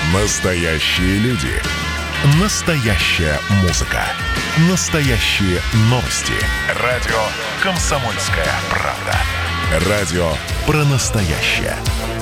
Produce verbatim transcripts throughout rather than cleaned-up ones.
Настоящие люди. Настоящая музыка. Настоящие новости. Радио «Комсомольская правда». Радио про настоящее.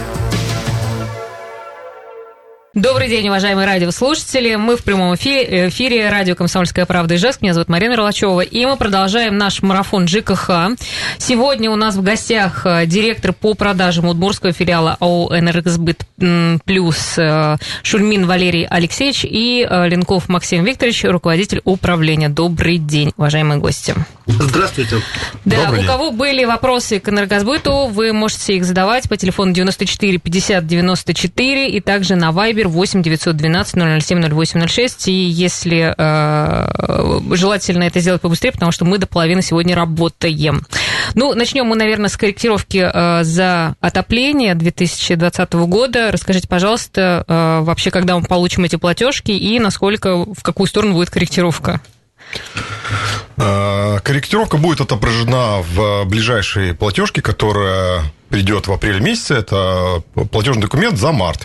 Добрый день, уважаемые радиослушатели. Мы в прямом эфире, эфире радио «Комсомольская правда» Ижевск. Меня зовут Марина Ролачева. И мы продолжаем наш марафон ЖКХ. Сегодня у нас в гостях директор по продажам удмуртского филиала АО «Энергосбыт Плюс» Шульмин Валерий Алексеевич и Ленков Максим Викторович, руководитель управления. Добрый день, уважаемые гости. Здравствуйте. Да, Добрый у день. кого были вопросы к энергосбыту, вы можете их задавать по телефону девяносто четыре пятьдесят девяносто четыре и также на Вайбер восемь девятьсот двенадцать ноль ноль семь ноль восемь ноль шесть. И если э, желательно это сделать побыстрее, потому что мы до половины сегодня работаем. Ну, начнем мы, наверное, с корректировки э, за отопление две тысячи двадцатого года. Расскажите, пожалуйста, э, вообще, когда мы получим эти платежки и насколько, в какую сторону будет корректировка? Корректировка будет отображена в ближайшей платежке, которая придет в апреле месяце. Это платежный документ за март.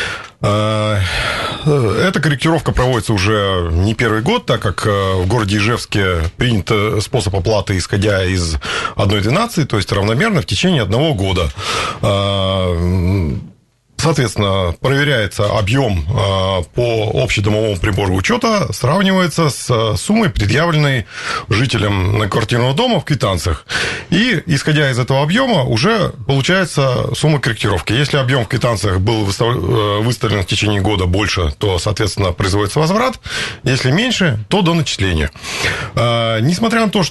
Эта корректировка проводится уже не первый год, так как в городе Ижевске принят способ оплаты, исходя из одна двенадцать, то есть равномерно в течение одного года. Соответственно, проверяется объем по общедомовому прибору учета, сравнивается с суммой, предъявленной жителям многоквартирного дома в квитанциях. И, исходя из этого объема, уже получается сумма корректировки. Если объем в квитанциях был выставлен в течение года больше, то, соответственно, производится возврат. Если меньше, то до начисления. Несмотря на то,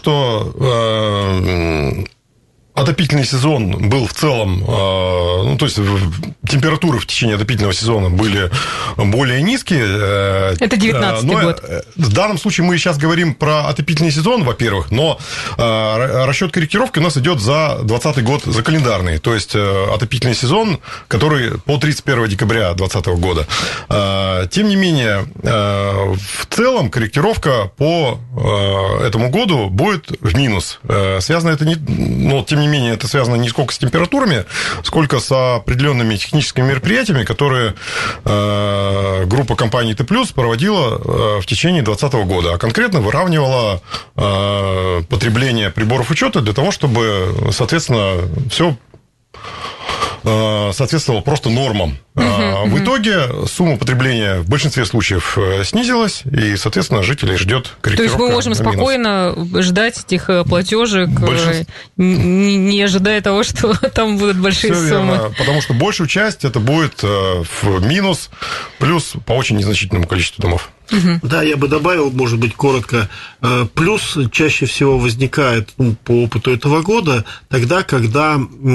что отопительный сезон был в целом, ну, то есть температуры в течение отопительного сезона были более низкие. Это девятнадцатый год. В данном случае мы сейчас говорим про отопительный сезон, во-первых, но расчет корректировки у нас идет за двадцатый год, за календарный, то есть отопительный сезон, который по тридцать первого декабря двадцатого года. Тем не менее, в целом корректировка по этому году будет в минус. Связано это не... Ну, тем не менее, это связано не сколько с температурами, сколько с определенными техническими мероприятиями, которые э, группа компаний Т+, проводила э, в течение двадцатого года, а конкретно выравнивала э, потребление приборов учета для того, чтобы, соответственно, все соответствовало просто нормам. Uh-huh, в итоге сумма потребления в большинстве случаев снизилась, и, соответственно, жителей ждет корректировка. То есть мы можем спокойно ждать этих платежек, Большинство... не ожидая того, что там будут большие Всё суммы. Верно, потому что большую часть это будет в минус, плюс по очень незначительному количеству домов. Угу. Да, я бы добавил, может быть, коротко, плюс чаще всего возникает, ну, по опыту этого года, тогда, когда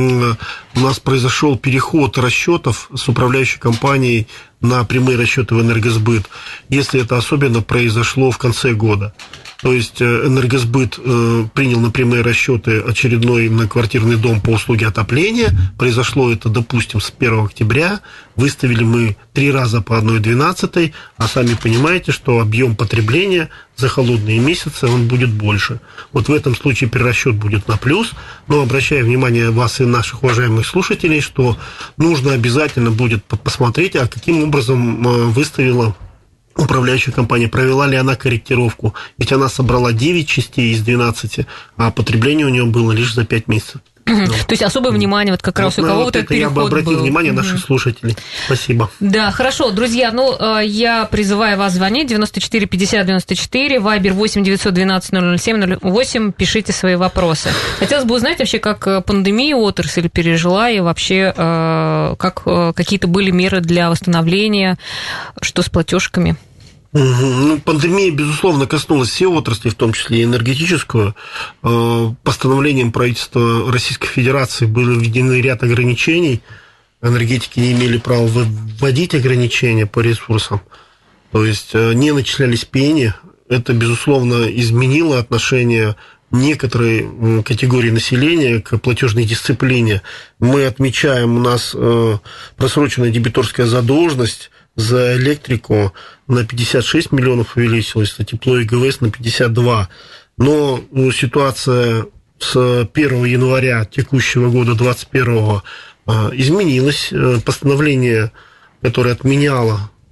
у нас произошел переход расчетов с управляющей компанией на прямые расчеты в энергосбыт, если это особенно произошло в конце года. То есть энергосбыт принял на прямые расчеты очередной многоквартирный дом по услуге отопления. Произошло это, допустим, с первого октября. Выставили мы три раза по одна двенадцать, а сами понимаете, что объем потребления за холодные месяцы он будет больше. Вот в этом случае перерасчет будет на плюс. Но обращаю внимание вас и наших уважаемых слушателей, что нужно обязательно будет посмотреть, а каким образом выставила управляющая компания, провела ли она корректировку. Ведь она собрала девять частей из двенадцати, а потребление у нее было лишь за пять месяцев. Угу. То есть особое внимание, вот как раз вот у кого вот, вот этот переход был. Я бы обратил был. внимание угу. наших слушателей. Спасибо. Да, хорошо, друзья, ну, я призываю вас звонить девяносто четыре пятьдесят девяносто четыре, Вайбер восемь девятьсот двенадцать ноль ноль семь ноль восемь, пишите свои вопросы. Хотелось бы узнать вообще, как пандемия отрасль пережила, и вообще, как какие-то были меры для восстановления, что с платежками. Ну, пандемия, безусловно, коснулась все отрасли, в том числе и энергетическую. Постановлением правительства Российской Федерации были введены ряд ограничений. Энергетики не имели права вводить ограничения по ресурсам, то есть не начислялись пени. Это, безусловно, изменило отношение некоторой категории населения к платежной дисциплине. Мы отмечаем, у нас просроченная дебиторская задолженность за электрику на пятьдесят шесть миллионов увеличилась, за тепло и ГВС на пятьдесят два. Но ситуация с первого января текущего года, двадцать первого, изменилась. Постановление, которое отменяло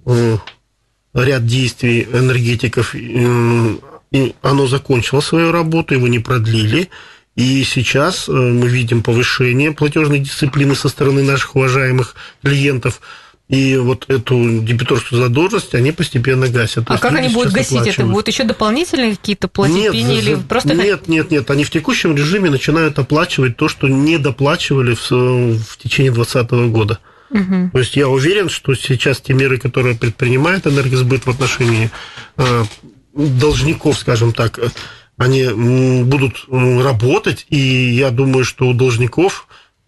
ряд действий энергетиков, и оно закончило свою работу, его не продлили. И сейчас мы видим повышение платежной дисциплины со стороны наших уважаемых клиентов. И вот эту дебиторскую задолженность они постепенно гасят. А как они будут гасить? Это будут еще дополнительные какие-то платежи или просто... Нет, нет, нет. Они в текущем режиме начинают оплачивать то, что не доплачивали в, в течение двадцатого года. Угу. То есть я уверен, что сейчас те меры, которые предпринимает Энергосбыт в отношении э, должников, скажем так, они будут работать, и я думаю, что у должников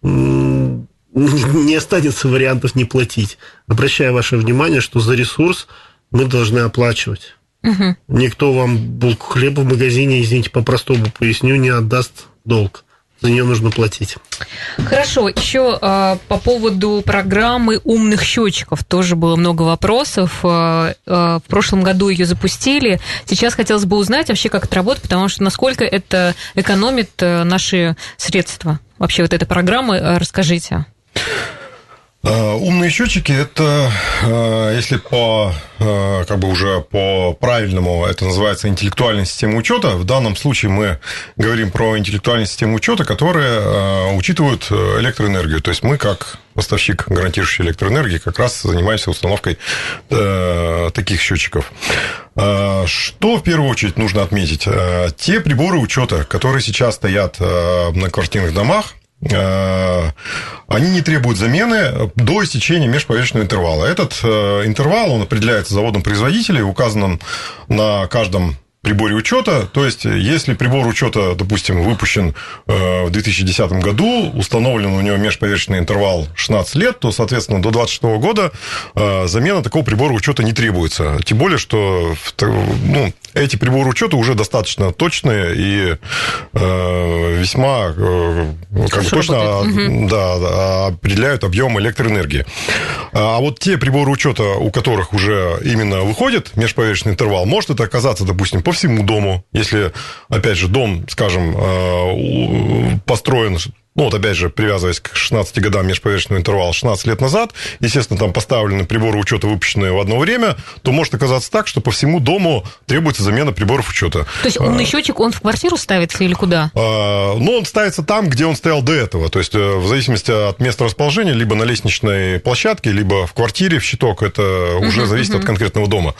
не останется вариантов не платить. Обращаю ваше внимание, что за ресурс мы должны оплачивать. Угу. Никто вам булку хлеба в магазине, извините, по-простому поясню, не отдаст долг. За нее нужно платить. Хорошо. Еще э, по поводу программы умных счетчиков тоже было много вопросов. Э, э, в прошлом году ее запустили. Сейчас хотелось бы узнать вообще, как это работает, потому что насколько это экономит э, наши средства. Вообще вот эта программа, э, расскажите. Умные счетчики – это, если по, как бы уже по правильному, это называется интеллектуальная система учета. В данном случае мы говорим про интеллектуальную систему учета, которая учитывает электроэнергию. То есть мы, как поставщик, гарантирующий электроэнергии, как раз занимаемся установкой таких счетчиков. Что в первую очередь нужно отметить? Те приборы учета, которые сейчас стоят на многоквартирных домах, они не требуют замены до истечения межповерхностного интервала. Этот интервал, он определяется заводом-производителем, указанным на каждом приборе учета. То есть, если прибор учета, допустим, выпущен в две тысячи десятом году, установлен у него межповерхностный интервал шестнадцать лет, то, соответственно, до двадцать шестого года замена такого прибора учета не требуется. Тем более, что ну, эти приборы учета уже достаточно точные и весьма как бы, точно угу. да, определяют объем электроэнергии. А вот те приборы учета, у которых уже именно выходит межповерхностный интервал, может это оказаться, допустим, по всему дому. Если, опять же, дом, скажем, построен, ну, вот опять же, привязываясь к шестнадцати годам межповерхностного интервала шестнадцать лет назад, естественно, там поставлены приборы учета, выпущенные в одно время, то может оказаться так, что по всему дому требуется замена приборов учета. То есть умный счетчик, он в квартиру ставится или куда? Ну, он ставится там, где он стоял до этого. То есть, в зависимости от места расположения, либо на лестничной площадке, либо в квартире, в щиток, это уже uh-huh, зависит uh-huh. от конкретного дома.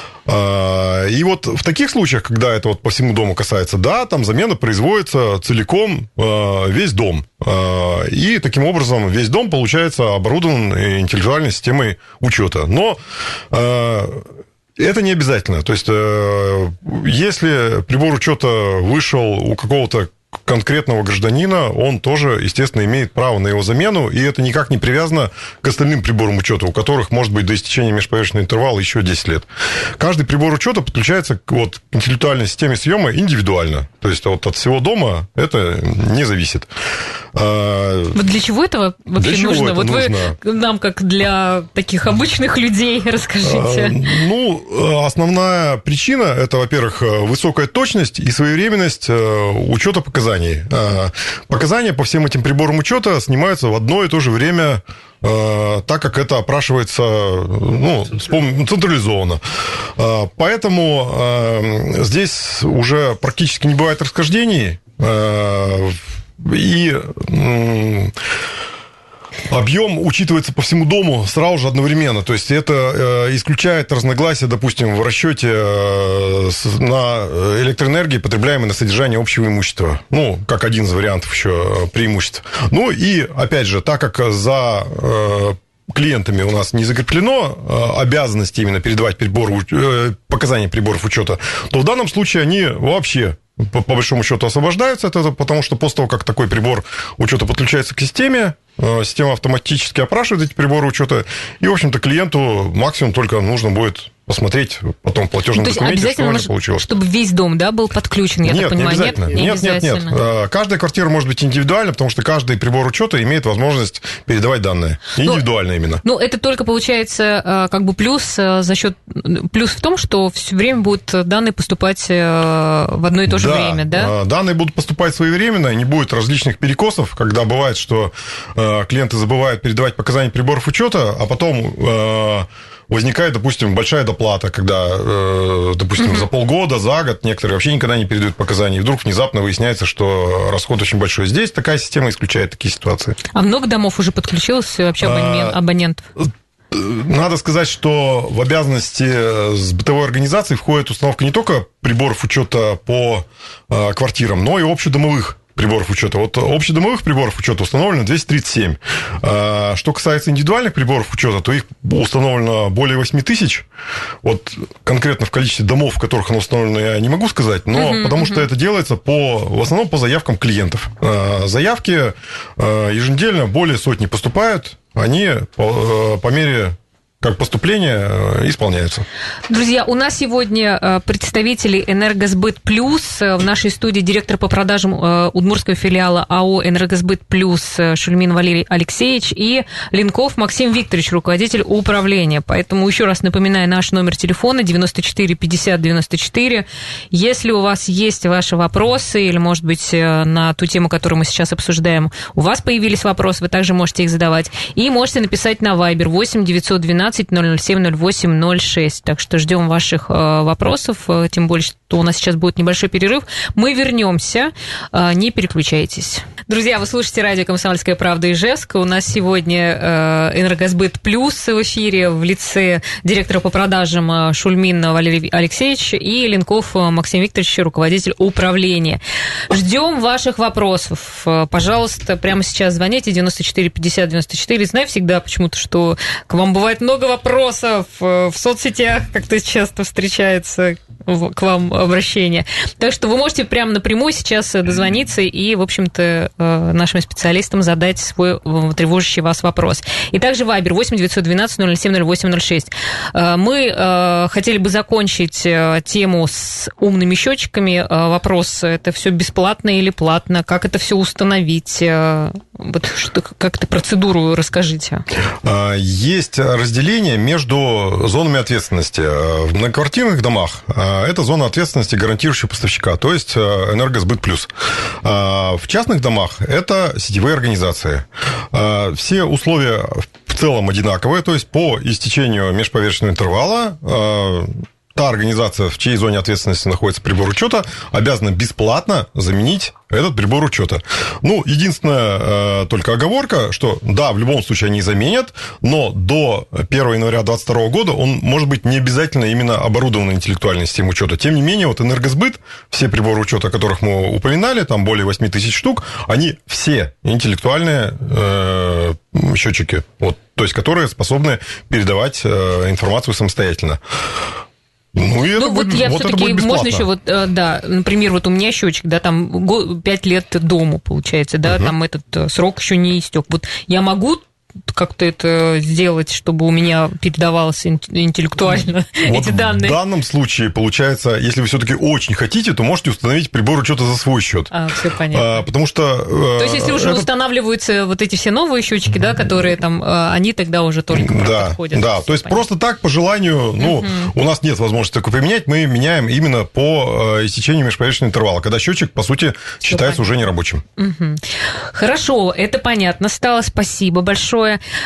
И вот в таких случаях, когда это вот по всему дому касается, да, там замена производится целиком весь дом. И таким образом весь дом, получается, оборудован интеллектуальной системой учета. Но это не обязательно. То есть, если прибор учета вышел у какого-то конкретного гражданина, он тоже, естественно, имеет право на его замену, и это никак не привязано к остальным приборам учета, у которых может быть до истечения межповерхностного интервала еще десять лет. Каждый прибор учета подключается вот, к интеллектуальной системе съема индивидуально. То есть вот от всего дома это не зависит. Вот для чего это вообще для нужно? Это вот нужно? Вы нам, как для таких обычных людей, расскажите. Ну, основная причина – это, во-первых, высокая точность и своевременность учета показателей. Показания по всем этим приборам учета снимаются в одно и то же время, так как это опрашивается ну, централизованно. Поэтому здесь уже практически не бывает расхождений. И объем учитывается по всему дому сразу же одновременно. То есть это исключает разногласия, допустим, в расчете на электроэнергии, потребляемой на содержание общего имущества. Ну, как один из вариантов еще преимуществ. Ну и, опять же, так как за клиентами у нас не закреплено обязанности именно передавать приборы, показания приборов учета, то в данном случае они вообще по, по большому счету освобождаются от этого, потому что после того, как такой прибор учета подключается к системе, система автоматически опрашивает эти приборы учета, и, в общем-то, клиенту максимум только нужно будет посмотреть потом в платежном ну, документе, что же получилось. Чтобы весь дом, да, был подключен, я нет, так понимаю? Не обязательно. Нет, не нет, обязательно. нет, нет. Каждая квартира может быть индивидуальна, потому что каждый прибор учета имеет возможность передавать данные. Индивидуально ну, именно. Ну, это только получается как бы плюс за счет плюс в том, что все время будут данные поступать в одно и то же да, время, да? Данные будут поступать своевременно, не будет различных перекосов, когда бывает, что клиенты забывают передавать показания приборов учета, а потом возникает, допустим, большая доплата, когда, допустим, uh-huh. за полгода, за год некоторые вообще никогда не передают показания, и вдруг внезапно выясняется, что расход очень большой. Здесь такая система исключает такие ситуации. А много домов уже подключилось вообще абонент, абонентов? Надо сказать, что в обязанности с бытовой организацией входит установка не только приборов учета по квартирам, но и общедомовых приборов учета. Вот общедомовых приборов учета установлено двести тридцать семь. Что касается индивидуальных приборов учета, то их установлено более восемь тысяч. Вот конкретно в количестве домов, в которых оно установлено, я не могу сказать, но uh-huh, потому uh-huh. что это делается по, в основном по заявкам клиентов. Заявки еженедельно более сотни поступают, они по, по мере как поступления исполняются. Друзья, у нас сегодня представители «Энергосбыт Плюс». В нашей студии директор по продажам удмуртского филиала АО «Энергосбыт Плюс» Шульмин Валерий Алексеевич и Ленков Максим Викторович, руководитель управления. Поэтому еще раз напоминаю наш номер телефона девяносто четыре пятьдесят девяносто четыре. Если у вас есть ваши вопросы или, может быть, на ту тему, которую мы сейчас обсуждаем, у вас появились вопросы, вы также можете их задавать. И можете написать на Viber восемь девятьсот двенадцать ноль ноль семь ноль восемь ноль шесть. Так что ждем ваших э, вопросов, э, тем более, что у нас сейчас будет небольшой перерыв. Мы вернемся, э, не переключайтесь. Друзья, вы слушаете радио «Комсомольская правда» Ижевск. У нас сегодня э, «Энергосбыт Плюс» в эфире в лице директора по продажам Шульмин Валерий Алексеевич и Ленков Максим Викторович, руководитель управления. Ждем ваших вопросов. Пожалуйста, прямо сейчас звоните девяносто четыре пятьдесят девяносто четыре. Знаю всегда почему-то, что к вам бывает много вопросов в соцсетях, как-то часто встречается к вам обращение. Так что вы можете прямо напрямую сейчас дозвониться и, в общем-то, нашим специалистам задать свой тревожащий вас вопрос. И также Вайбер восемь девятьсот двенадцать ноль ноль семь ноль восемь ноль шесть. Мы хотели бы закончить тему с умными счетчиками. Вопрос, это все бесплатно или платно? Как это все установить? Вот что, как-то процедуру расскажите. Есть разделение между зонами ответственности. В многоквартирных домах это зона ответственности гарантирующего поставщика, то есть «Энергосбыт Плюс». В частных домах это сетевые организации. Все условия в целом одинаковые, то есть по истечению межповерхностного интервала та организация, в чьей зоне ответственности находится прибор учета, обязана бесплатно заменить этот прибор учета. Ну, единственная э, только оговорка, что да, в любом случае они заменят, но до первого января двадцать второго года он может быть не обязательно именно оборудованной интеллектуальной системой учета. Тем не менее, вот «Энергосбыт», все приборы учета, о которых мы упоминали, там более восемь тысяч штук, они все интеллектуальные э, счетчики, вот, то есть которые способны передавать э, информацию самостоятельно. Ну, и ну вот я вот все-таки, можно еще, вот, да, например, вот у меня счетчик, да, там пять лет дому, получается, да, угу. Там этот срок еще не истек. Вот я могу как-то это сделать, чтобы у меня передавалось интеллектуально вот эти данные? В данном случае, получается, если вы все-таки очень хотите, то можете установить прибор учета за свой счет. А, все понятно. А, потому что... То есть, если уже это... устанавливаются вот эти все новые счетчики, да, которые там, они тогда уже только да, подходят. Да, то есть, понятно. Просто так, по желанию, ну, угу. У нас нет возможности такое применять, мы меняем именно по истечению межповерхностного интервала, когда счетчик, по сути, все считается понятно. Уже нерабочим. Угу. Хорошо, это понятно стало, спасибо большое.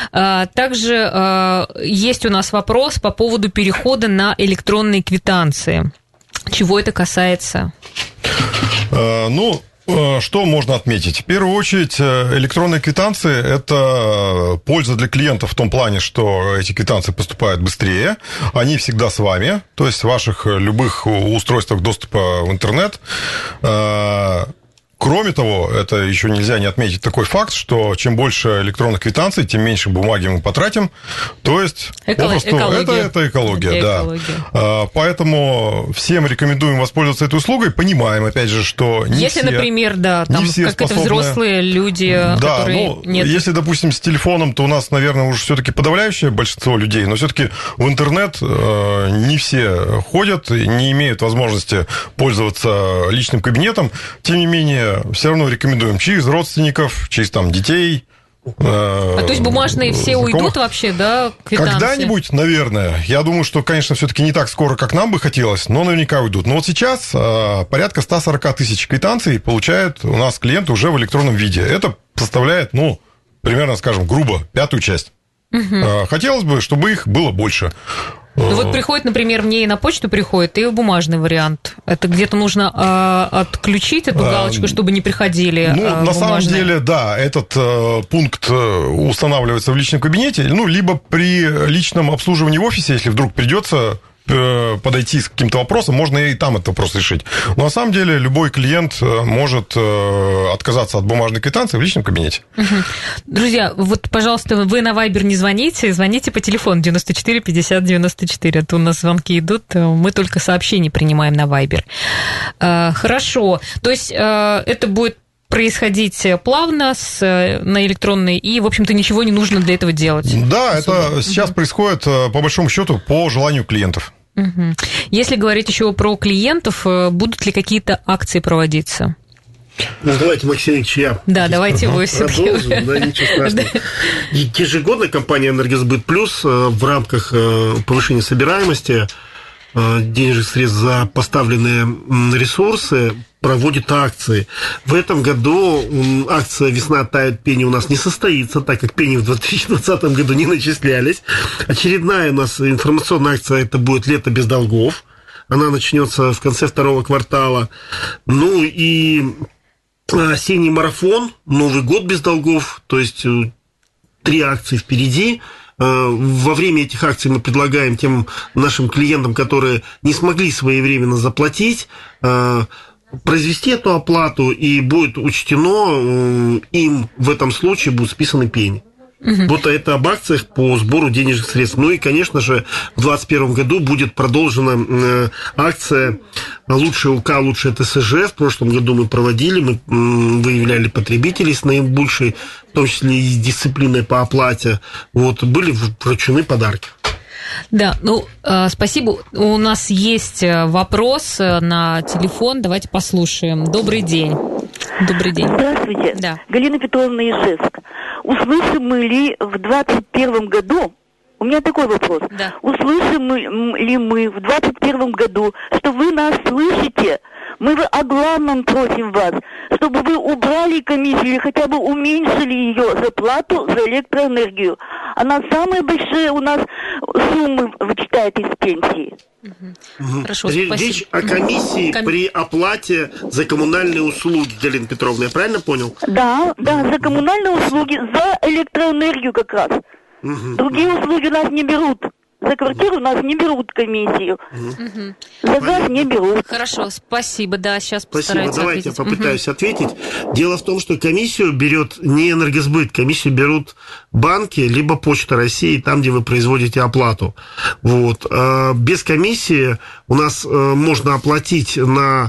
Также есть у нас вопрос по поводу перехода на электронные квитанции. Чего это касается? Ну, что можно отметить? В первую очередь, электронные квитанции – это польза для клиентов в том плане, что эти квитанции поступают быстрее, они всегда с вами, то есть в ваших любых устройствах доступа в интернет. Кроме того, это еще нельзя не отметить такой факт, что чем больше электронных квитанций, тем меньше бумаги мы потратим. То есть, Эколо- попросту, это, это экология, да. Экология. Поэтому всем рекомендуем воспользоваться этой услугой. Понимаем, опять же, что не если, все... Если, например, да, там как-то взрослые люди, да, которые... Ну, нет... если, допустим, с телефоном, то у нас, наверное, уже все-таки подавляющее большинство людей, но все-таки в интернет не все ходят, не имеют возможности пользоваться личным кабинетом. Тем не менее, все равно рекомендуем через родственников, через там детей. А то есть бумажные все знакомых. Уйдут вообще, да, квитанции? Когда-нибудь, наверное. Я думаю, что, конечно, все-таки не так скоро, как нам бы хотелось, но наверняка уйдут. Но вот сейчас порядка сто сорок тысяч квитанций получают у нас клиенты уже в электронном виде. Это составляет, ну, примерно, скажем, грубо, пятую часть. Угу. Хотелось бы, чтобы их было больше. Ну вот приходит, например, мне и на почту приходит, и бумажный вариант. Это где-то нужно э, отключить эту галочку, чтобы не приходили Ну, э, на самом деле, да, этот э, пункт устанавливается в личном кабинете, ну, либо при личном обслуживании в офисе, если вдруг придется подойти с каким-то вопросом, можно и там этот вопрос решить. Но на самом деле любой клиент может отказаться от бумажной квитанции в личном кабинете. Угу. Друзья, вот, пожалуйста, вы на Вайбер не звоните, звоните по телефону девяносто четыре пятьдесят девяносто четыре. А то у нас звонки идут, мы только сообщения принимаем на Вайбер. Хорошо. То есть это будет происходить плавно с, на электронной, и, в общем-то, ничего не нужно для этого делать. Да, особо. Это сейчас угу. происходит, по большому счету, по желанию клиентов. Угу. Если говорить еще про клиентов, будут ли какие-то акции проводиться? Ну, давайте, Максим Ильич, я... Да, давайте вы все-таки. Да, ничего страшного. Ежегодно компания «Энергосбыт Плюс» в рамках повышения собираемости денежных средств за поставленные ресурсы проводит акции. В этом году акция «Весна тает пени» у нас не состоится, так как пени в две тысячи двадцатом году не начислялись. Очередная у нас информационная акция – это будет «Лето без долгов». Она начнется в конце второго квартала. Ну и осенний марафон, Новый год без долгов, то есть три акции впереди. Во время этих акций мы предлагаем тем нашим клиентам, которые не смогли своевременно заплатить, произвести эту оплату, и будет учтено, им в этом случае будут списаны пени. Угу. Вот это об акциях по сбору денежных средств. Ну и, конечно же, в двадцать первом году будет продолжена акция «Лучший УК, лучший ТСЖ». В прошлом году мы проводили, мы выявляли потребителей с наибольшей, в том числе и с дисциплиной по оплате. Вот, были вручены подарки. Да, ну, э, спасибо. У нас есть вопрос на телефон. Давайте послушаем. Добрый день. Добрый день. Здравствуйте. Да. Галина Петровна Ижевск. Услышим мы ли в двадцать первом году, у меня такой вопрос, да. услышим ли мы в двадцать первом году, что вы нас слышите? Мы о главном просим вас, чтобы вы убрали комиссию или хотя бы уменьшили ее заплату за электроэнергию. Она самые большие у нас суммы вычитает из пенсии. Угу. Хорошо, Речь спасибо. о комиссии Ком... при оплате за коммунальные услуги, Галина Петровна, я правильно понял? Да, да, за коммунальные услуги, за электроэнергию как раз. Угу. Другие услуги у нас не берут. За квартиру у нас не берут комиссию. Угу. За газ не берут. Хорошо, спасибо. Да, сейчас спасибо. постараюсь Давайте ответить. я попытаюсь угу. ответить. Дело в том, что комиссию берет не Энергосбыт, комиссию берут банки, либо Почта России, там, где вы производите оплату. Вот. Без комиссии у нас можно оплатить на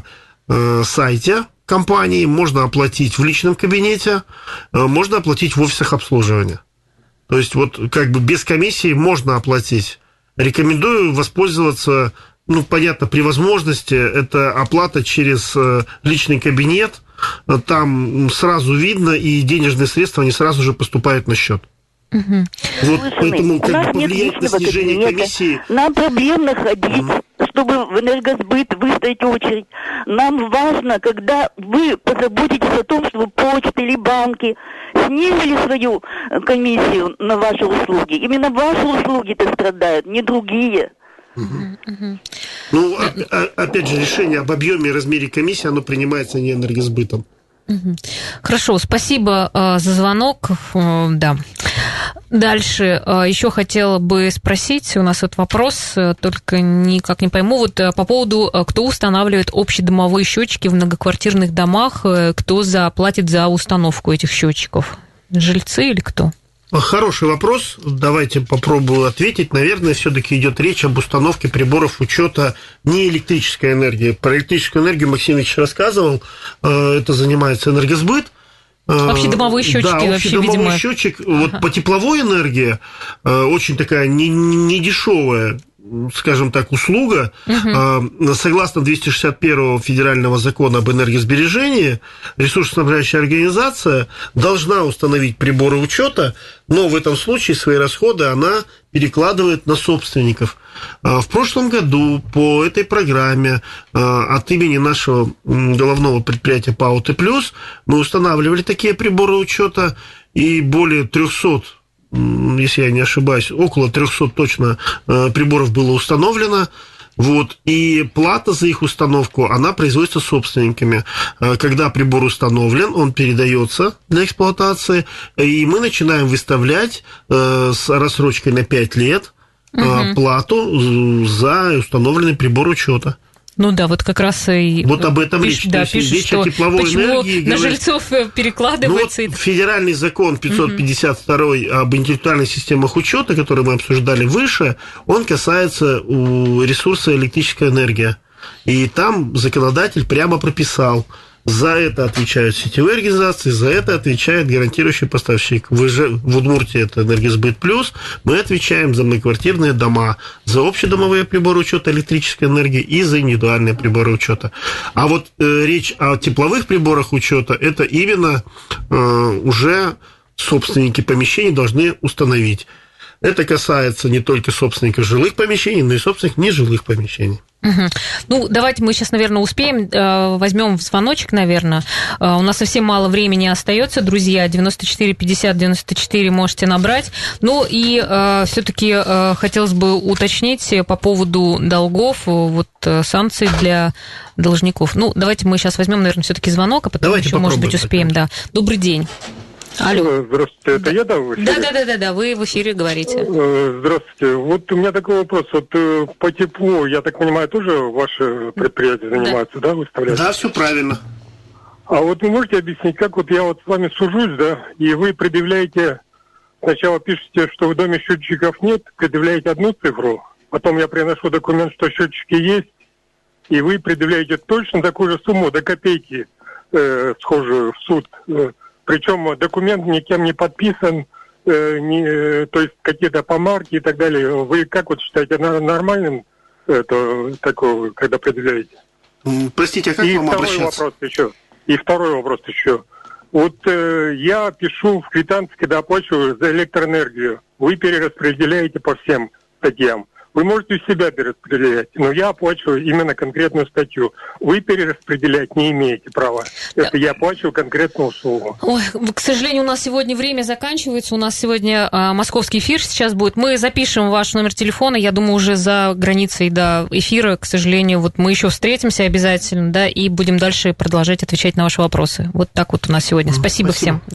сайте компании, можно оплатить в личном кабинете, можно оплатить в офисах обслуживания. То есть, вот как бы без комиссии можно оплатить. Рекомендую воспользоваться, ну, понятно, при возможности, это оплата через личный кабинет, там сразу видно, и денежные средства, они сразу же поступают на счет. Угу. Вот, поэтому как бы повлиять на снижение кабинета. комиссии... Нам проблемно ходить, угу. чтобы в Энергосбыт выстоять очередь. Нам важно, когда вы позаботитесь о том, чтобы почта или банки снизили свою комиссию на ваши услуги. Именно ваши услуги-то страдают, не другие. Угу. Угу. Ну, опять же, решение об объеме и размере комиссии, оно принимается не Энергосбытом. Хорошо, спасибо э, за звонок. Э, да. Дальше э, еще хотела бы спросить, у нас вот вопрос, э, только никак не пойму, вот э, по поводу, э, кто устанавливает общедомовые счетчики в многоквартирных домах, э, кто заплатит за установку этих счетчиков? Жильцы или кто? Хороший вопрос. Давайте попробую ответить. Наверное, все-таки идет речь об установке приборов учета не электрической энергии. Про электрическую энергию Максим Ильич рассказывал. Это занимается Энергосбыт. Общедомовые счетчики, да, вообще, общедомовой видимо... счетчик. Вот ага. По тепловой энергии очень такая недешевая, скажем так, услуга. Угу. Согласно двести шестьдесят первого федерального закона об энергосбережении, ресурсоснабжающая организация должна установить приборы учета, но в этом случае свои расходы она перекладывает на собственников. В прошлом году по этой программе от имени нашего головного предприятия ПАО «Т плюс» мы устанавливали такие приборы учета, и более трехсот, если я не ошибаюсь, около трехсот точно приборов было установлено. Вот, и плата за их установку, она производится собственниками. Когда прибор установлен, он передается для эксплуатации, и мы начинаем выставлять с рассрочкой на пять лет угу. плату за установленный прибор учета. Ну да, вот как раз и... Вот об этом пишет, речь. Да, То есть пишет, речь что о тепловой почему энергии. на говорит... жильцов перекладывается... Ну, вот федеральный закон пятьсот пятьдесят второй mm-hmm. об индивидуальных системах учета, который мы обсуждали выше, он касается ресурса электрическая энергия. И там законодатель прямо прописал, за это отвечают сетевые организации, за это отвечает гарантирующий поставщик. Вы же, в Удмуртии это Энергосбыт плюс, мы отвечаем за многоквартирные дома, за общедомовые приборы учета электрической энергии и за индивидуальные приборы учета. А вот э, речь о тепловых приборах учета, это именно э, уже собственники помещений должны установить. Это касается не только собственников жилых помещений, но и собственников нежилых помещений. Угу. Ну, давайте мы сейчас, наверное, успеем. Возьмем звоночек, наверное. У нас совсем мало времени остается, друзья. девяносто четыре пятьдесят девяносто четыре можете набрать. Ну и э, все-таки э, хотелось бы уточнить по поводу долгов, вот санкций для должников. Ну, давайте мы сейчас возьмем, наверное, все-таки звонок, а потом давайте еще, может быть, успеем. Да. Добрый день. Алло. Здравствуйте, это я, да, в эфире? Да, да, да, да, да, вы в эфире говорите. Здравствуйте. Вот у меня такой вопрос. Вот по теплу, я так понимаю, тоже ваше предприятие занимается, да, да выставляете? Да, все правильно. А вот вы можете объяснить, как вот я вот с вами сужусь, да, и вы предъявляете, сначала пишете, что в доме счетчиков нет, предъявляете одну цифру, потом я приношу документ, что счетчики есть, и вы предъявляете точно такую же сумму, до копейки, э, схожую в суд. Причем документ никем не подписан, э, не, то есть какие-то помарки и так далее. Вы как вот считаете нормальным это такое, когда предъявляете? Простите, а как и вам второй обращаться? Вопрос еще. И второй вопрос еще. Вот э, я пишу в квитанции, когда оплачиваю за электроэнергию. Вы перераспределяете по всем статьям. Вы можете у себя перераспределять, но я оплачиваю именно конкретную статью. Вы перераспределять не имеете права. Это да. Я оплачиваю конкретную услугу. Ой, к сожалению, у нас сегодня время заканчивается. У нас сегодня а, московский эфир сейчас будет. Мы запишем ваш номер телефона. Я думаю, уже за границей до эфира, к сожалению, вот мы еще встретимся обязательно, да, и будем дальше продолжать отвечать на ваши вопросы. Вот так вот у нас сегодня. Спасибо, Спасибо. всем.